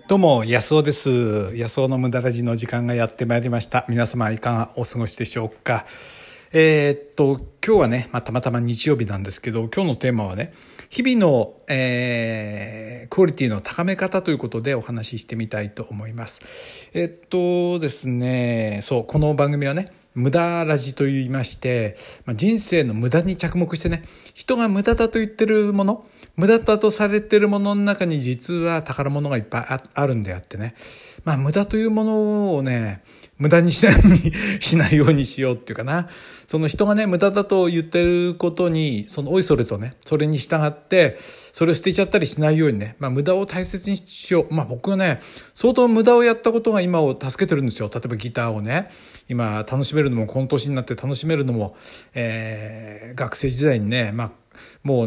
どうも安尾です。安尾の無駄ラジの時間がやってまいりました。皆様いかがお過ごしでしょうか。今日はね、たまたま日曜日なんですけど、今日のテーマはね、日々の、クオリティの高め方ということでお話ししてみたいと思います。ですね、この番組はね、無駄ラジと言いまして、人生の無駄に着目してね、人が無駄だと言ってるもの、無駄だとされているものの中に実は宝物がいっぱいあるんであってね。無駄というものをね、無駄にしないようにしようっていうかな。その人がね、無駄だと言ってることに、おいそれとね、それに従って、それを捨てちゃったりしないようにね、無駄を大切にしよう。僕はね、相当無駄をやったことが今を助けてるんですよ。例えばギターをね、今楽しめるのも、この年になって楽しめるのも、学生時代にね、もう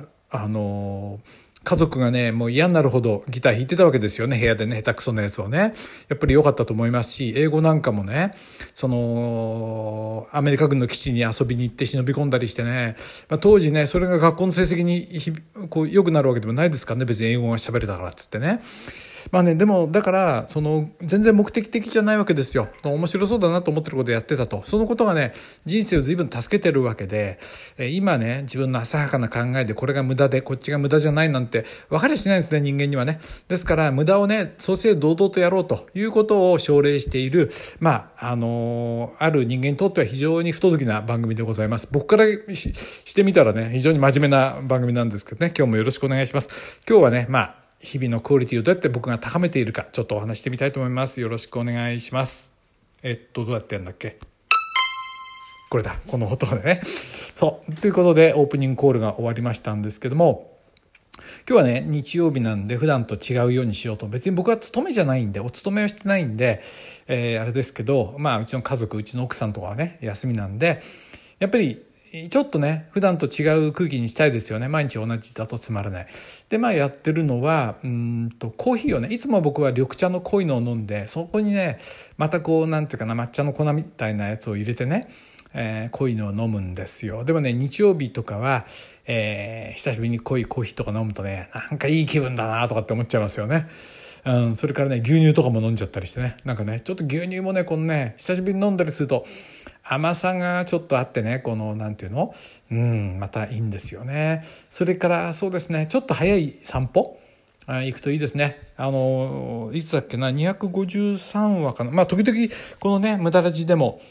家族がね、もう嫌になるほどギター弾いてたわけですよね、部屋でね、下手くそなやつをね。やっぱり良かったと思いますし、英語なんかもね、アメリカ軍の基地に遊びに行って忍び込んだりしてね、当時ね、それが学校の成績に良くなるわけでもないですからね、別に英語が喋れたからっつってね。でもだから全然目的的じゃないわけですよ。面白そうだなと思ってることをやってたと。そのことがね、人生を随分助けてるわけで、今ね、自分の浅はかな考えでこれが無駄でこっちが無駄じゃないなんて分かりゃしないんですね、人間にはね。ですから無駄をね、そうして堂々とやろうということを奨励している、ある人間にとっては非常に不届きな番組でございます。僕からしてみたらね、非常に真面目な番組なんですけどね、今日もよろしくお願いします。今日はね、日々のクオリティをどうやって僕が高めているか、ちょっとお話してみたいと思います。よろしくお願いします。どうやってやるんだっけ？これだ、この音でね。ということでオープニングコールが終わりましたんですけども、今日はね、日曜日なんで普段と違うようにしようと。別に僕は勤めじゃないんで、お勤めはしてないんで、あれですけど、うちの家族、うちの奥さんとかはね、休みなんで、やっぱりちょっとね、普段と違う空気にしたいですよね。毎日同じだとつまらない。で、やってるのは、コーヒーをね、いつも僕は緑茶の濃いのを飲んで、そこにね、またなんていうかな、抹茶の粉みたいなやつを入れてね、濃いのを飲むんですよ。でもね、日曜日とかは、久しぶりに濃いコーヒーとか飲むとね、なんかいい気分だなとかって思っちゃいますよね。それからね、牛乳とかも飲んじゃったりしてね、なんかね、ちょっと牛乳もね、久しぶりに飲んだりすると、甘さがちょっとあってね、なんていうの？またいいんですよね。それからそうですね、ちょっと早い散歩行くといいですね。いつだっけな、253話かな。時々このね、無駄ラジでも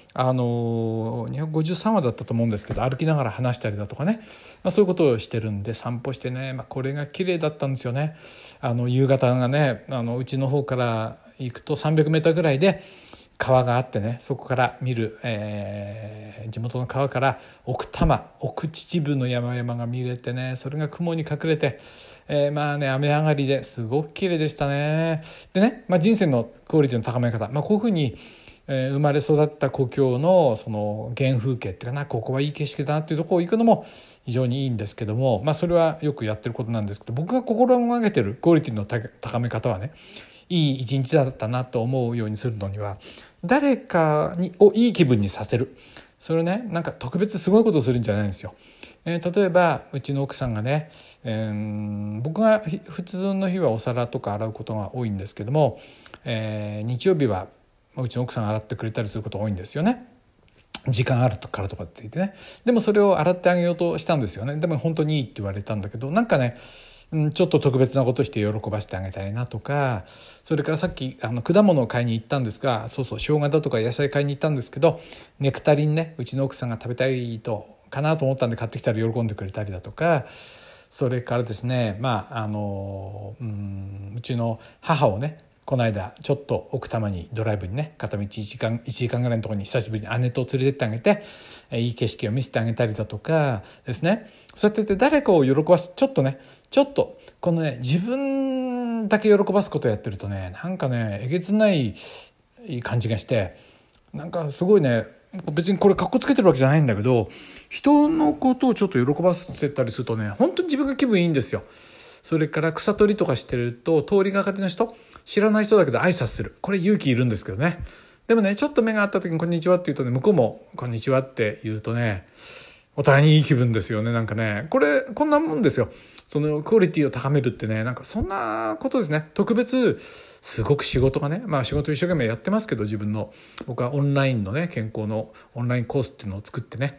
253話だったと思うんですけど、歩きながら話したりだとかね、そういうことをしてるんで、散歩してね、これが綺麗だったんですよね。夕方がね、うちの方から行くと300メーターぐらいで川があってね、そこから見る、地元の川から奥秩父の山々が見れてね、それが雲に隠れて、雨上がりですごく綺麗でしたね。でね、人生のクオリティの高め方、こういうふうに、生まれ育った故郷のその原風景っていうかな、ここはいい景色だなっていうところ行くのも非常にいいんですけども、それはよくやってることなんですけど、僕が心がけてるクオリティの高め方はね、いい一日だったなと思うようにするのには、誰かをいい気分にさせる。それをね、なんか特別すごいことをするんじゃないんですよ。例えばうちの奥さんがね、僕が普通の日はお皿とか洗うことが多いんですけども、日曜日はうちの奥さんが洗ってくれたりすることが多いんですよね。時間あるからとかって言ってね。でもそれを洗ってあげようとしたんですよね。でも本当にいいって言われたんだけど、なんかね、ちょっと特別なことして喜ばせてあげたいなとか、それからさっき果物を買いに行ったんですが、生姜だとか野菜買いに行ったんですけど、ネクタリンね、うちの奥さんが食べたいかなと思ったんで買ってきたら喜んでくれたりだとか、それからですね、うちの母をね、この間ちょっと奥多摩にドライブにね、片道1時間ぐらいのところに久しぶりに姉と連れてってあげて、いい景色を見せてあげたりだとかですね。そうやって誰かを喜ばす、ちょっとこのね、自分だけ喜ばすことをやってるとね、なんかね、えげつない感じがして、なんかすごいね、別にこれカッコつけてるわけじゃないんだけど、人のことをちょっと喜ばせたりするとね、本当に自分が気分いいんですよ。それから草取りとかしてると、通りがかりの人、知らない人だけど挨拶する、これ勇気いるんですけどね。でもね、ちょっと目が合った時にこんにちはって言うとね、向こうもこんにちはって言うとね、 お互いにいい気分ですよね。なんかね、こんなもんですよ。そのクオリティを高めるってね、なんかそんなことですね。特別、すごく仕事がね、仕事一生懸命やってますけど、僕はオンラインのね、健康のオンラインコースっていうのを作ってね、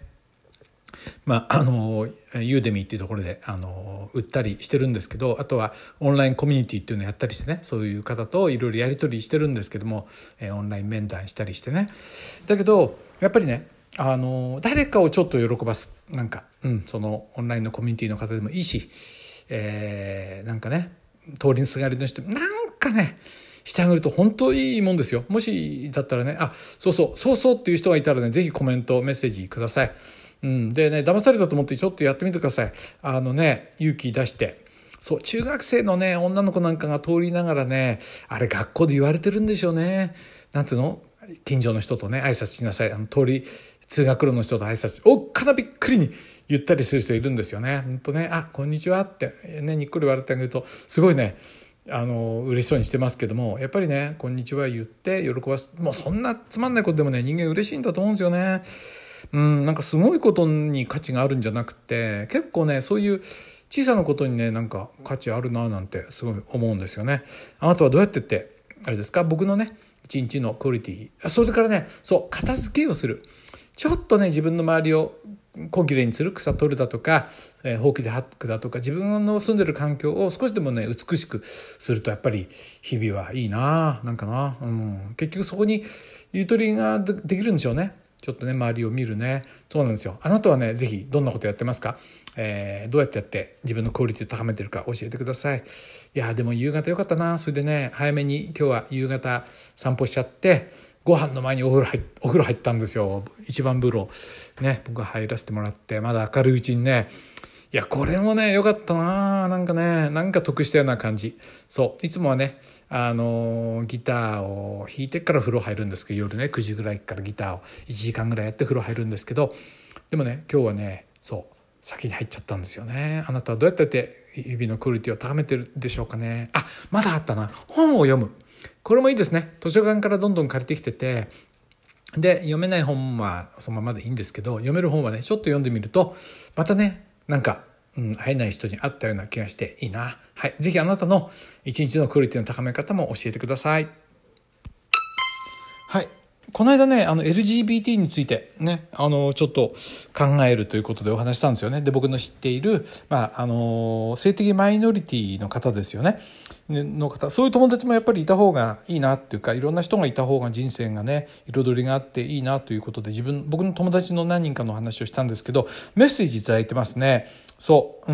ユーデミーっていうところで売ったりしてるんですけど、あとはオンラインコミュニティっていうのをやったりしてね、そういう方といろいろやり取りしてるんですけども、オンライン面談したりしてね。だけどやっぱりね、誰かをちょっと喜ばす、なんか、そのオンラインのコミュニティの方でもいいし、なんかね、通りすがりの人なんかねしてあげると本当いいもんですよ。もしだったらね、そうっていう人がいたらね、ぜひコメントメッセージください。でね、騙されたと思ってちょっとやってみてください。勇気出して、そう、中学生のね女の子なんかが通りながらね、あれ学校で言われてるんでしょうね。なんていうの、近所の人とね挨拶しなさい、通学路の人と挨拶、おっかなびっくりに言ったりする人いるんですよね。本当ね、こんにちはってね、にっこり笑ってあげるとすごいね、嬉しそうにしてますけども、やっぱりね、こんにちは言って喜ばす、もうそんなつまんないことでもね、人間嬉しいんだと思うんですよね。なんかすごいことに価値があるんじゃなくて、結構ね、そういう小さなことにね、なんか価値あるななんてすごい思うんですよね。あなたはどうやってってあれですか？僕のね、一日のクオリティ、それからね、片付けをする。ちょっとね、自分の周りを小綺麗にする、草取るだとか、ほうきで掃くだとか、自分の住んでる環境を少しでもね美しくすると、やっぱり日々はいいな、なんかな、結局そこにゆとりができるんでしょうね。ちょっとね、周りを見るね。そうなんですよ。あなたはね、ぜひどんなことやってますか？どうやってやって自分のクオリティを高めてるか教えてください。いやでも夕方よかったな。それでね、早めに今日は夕方散歩しちゃって、ご飯の前にお風呂入ったんですよ。一番風呂ね、僕が入らせてもらって、まだ明るいうちにね、いやこれもねよかったな。なんかね、なんか得したような感じ。いつもはね、ギターを弾いてから風呂入るんですけど、夜ね9時ぐらいからギターを1時間ぐらいやって風呂入るんですけど、でもね今日はね先に入っちゃったんですよね。あなたはどうやって日々のクオリティを高めてるでしょうかね。まだあったな、本を読む。これもいいですね。図書館からどんどん借りてきてて、で読めない本はそのままでいいんですけど、読める本はねちょっと読んでみるとまたね、なんか会えない人に会ったような気がしていいな。はい、ぜひあなたの一日のクオリティの高め方も教えてください。はい、この間ね、LGBT についてね、ちょっと考えるということでお話したんですよね。で、僕の知っている、性的マイノリティの方ですよね。そういう友達もやっぱりいた方がいいなっていうか、いろんな人がいた方が人生がね、彩りがあっていいなということで、僕の友達の何人かの話をしたんですけど、メッセージいただいてますね。いつ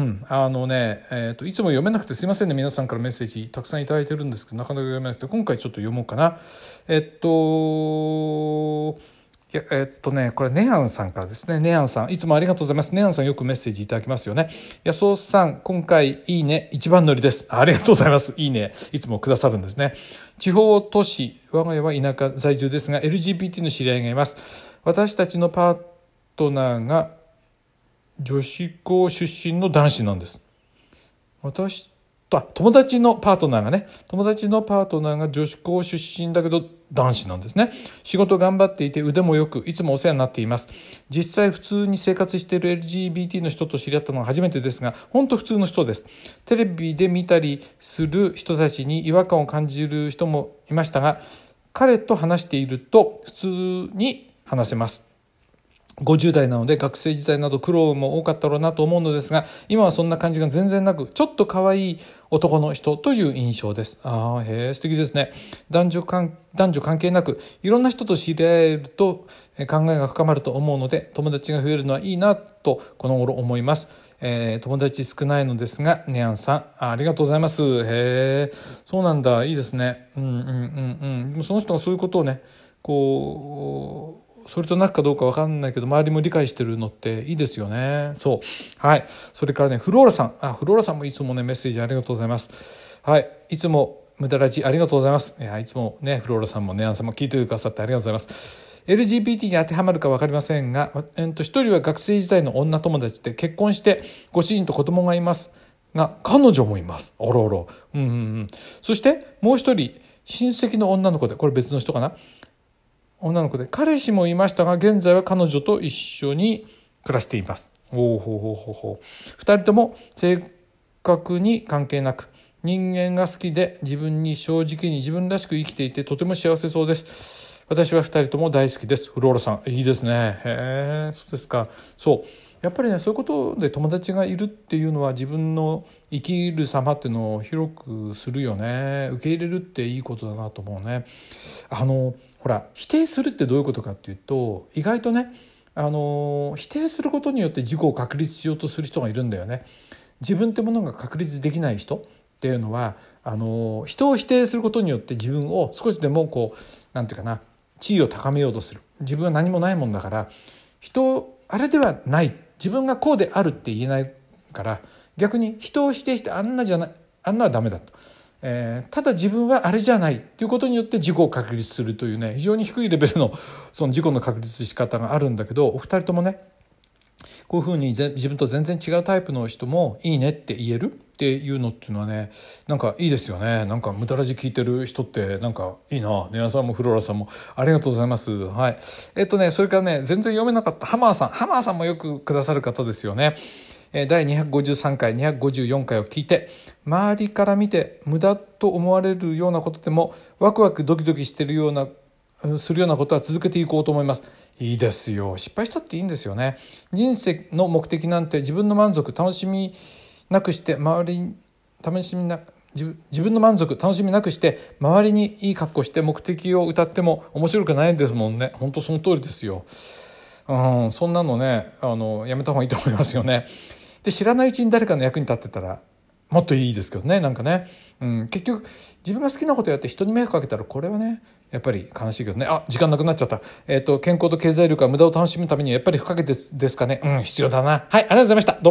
も読めなくてすいませんね。皆さんからメッセージたくさんいただいてるんですけど、なかなか読めなくて、今回ちょっと読もうかな。これネアンさんからですね。ネアンさん、いつもありがとうございます。ネアンさんよくメッセージいただきますよね。安尾さん、今回いいね、一番乗りです。ありがとうございます。いいね、いつもくださるんですね。地方都市、我が家は田舎在住ですが、LGBT の知り合いがいます。私たちのパートナーが女子校出身の男子なんです。友達のパートナーが女子校出身だけど男子なんですね。仕事頑張っていて腕もよく、いつもお世話になっています。実際普通に生活している LGBT の人と知り合ったのは初めてですが、本当普通の人です。テレビで見たりする人たちに違和感を感じる人もいましたが、彼と話していると普通に話せます。50代なので学生時代など苦労も多かったろうなと思うのですが、今はそんな感じが全然なく、ちょっと可愛い男の人という印象です。素敵ですね。男女関係なくいろんな人と知り合えると考えが深まると思うので、友達が増えるのはいいなとこの頃思います。友達少ないのですが、ネアンさん ありがとうございます。そうなんだ、いいですね。その人がそういうことをね、それとなくかどうか分かんないけど周りも理解してるのっていいですよね。それからね、フローラさんもいつもねメッセージありがとうございます。いつも無駄ラジありがとうございます。いつもね、フローラさんもネアンさんも聞いてくださってありがとうございます。LGBT に当てはまるか分かりませんが、一人は学生時代の女友達で結婚してご主人と子供がいますが、彼女もいます。あらあら。そしてもう一人親戚の女の子で、これ別の人かな、女の子で彼氏もいましたが、現在は彼女と一緒に暮らしています。 おお、ほうほうほうほう。二人とも性格に関係なく人間が好きで自分に正直に自分らしく生きていてとても幸せそうです。私は二人とも大好きです。フローラさん、いいですね。へえ、そうですか。そうやっぱりね、そういうことで友達がいるっていうのは自分の生きる様っていうのを広くするよね。受け入れるっていいことだなと思うね。ほら、否定するってどういうことかっていうと、意外とね、否定することによって自己を確立しようとする人がいるんだよね。自分ってものが確立できない人っていうのは、人を否定することによって自分を少しでもこう、なんていうかな、地位を高めようとする。自分は何もないもんだから、あれではない、自分がこうであるって言えないから、逆に人を否定してあんなじゃない、あんなはダメだと、ただ自分はあれじゃないということによって自己を確立するというね、非常に低いレベルのその自己の確立仕方があるんだけど、お二人ともね、こういうふうに自分と全然違うタイプの人もいいねって言えるっていうのっていうのはね、なんかいいですよね。なんか無駄ラジ聞いてる人ってなんかいいな。ネアさんもフローラさんもありがとうございます。はい。それからね、全然読めなかったハマーさんもよくくださる方ですよね。第253回254回を聞いて、周りから見て無駄と思われるようなことでもワクワクドキドキしてるようなするようなことは続けていこうと思います。いいですよ。失敗したっていいんですよね。人生の目的なんて自分の満足楽しみなくして周りに自分の満足楽しみなくして周りにいい格好して目的を歌っても面白くないんですもんね。本当その通りですよ。そんなのね、やめた方がいいと思いますよね。で、知らないうちに誰かの役に立ってたらもっといいですけどね、なんかね。結局自分が好きなことやって人に迷惑かけたら、これはねやっぱり悲しいけどね。時間なくなっちゃった。健康と経済力は無駄を楽しむためにはやっぱり不可欠ですかね。必要だな。はい、ありがとうございました。